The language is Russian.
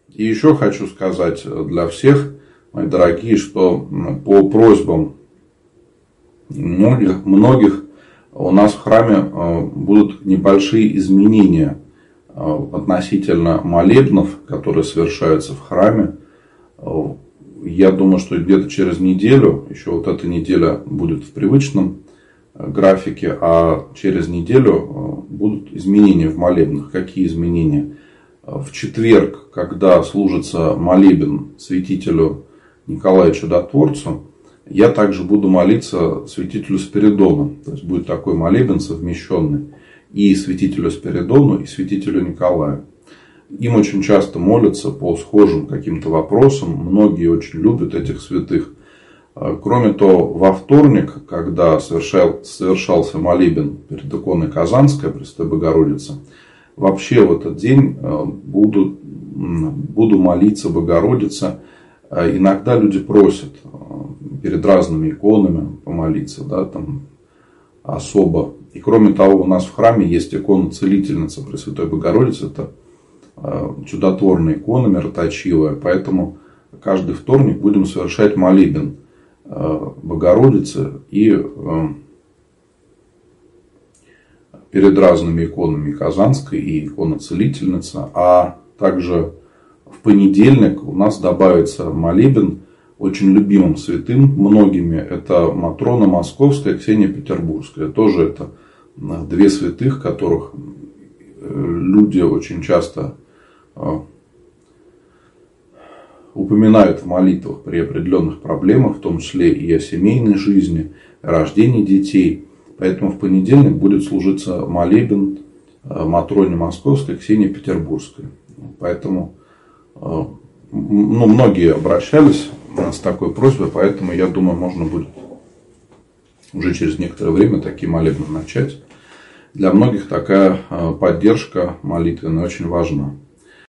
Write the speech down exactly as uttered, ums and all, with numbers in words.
И еще хочу сказать для всех, мои дорогие, что по просьбам многих, многих у нас в храме будут небольшие изменения относительно молебнов, которые совершаются в храме. Я думаю, что где-то через неделю, еще вот эта неделя будет в привычном графике, а через неделю будут изменения в молебнах. Какие изменения? В четверг, когда служится молебен святителю Николаю Чудотворцу, я также буду молиться святителю Спиридону. То есть будет такой молебен совмещенный и святителю Спиридону, и святителю Николаю. Им очень часто молятся по схожим каким-то вопросам. Многие очень любят этих святых. Кроме того, во вторник, когда совершал, совершался молебен перед иконой Казанской Пресвятой Богородицы, вообще в этот день буду, буду молиться Богородице. Иногда люди просят перед разными иконами помолиться, да, там особо. И кроме того, у нас в храме есть икона Целительницы Пресвятой Богородицы. Это чудотворная икона, мироточивая. Поэтому каждый вторник будем совершать молебен Богородицы и перед разными иконами Казанской и икона Целительница. А также в понедельник у нас добавится молебен очень любимым святым многими. Это Матрона Московская, Ксения Петербургская. Тоже это две святых, которых люди очень часто упоминают в молитвах при определенных проблемах, в том числе и о семейной жизни, о рождении детей. Поэтому в понедельник будет служиться молебен Матроне Московской, Ксении Петербургской. Поэтому ну, многие обращались с такой просьбой, поэтому я думаю, можно будет уже через некоторое время такие молебны начать. Для многих такая поддержка молитвенная очень важна.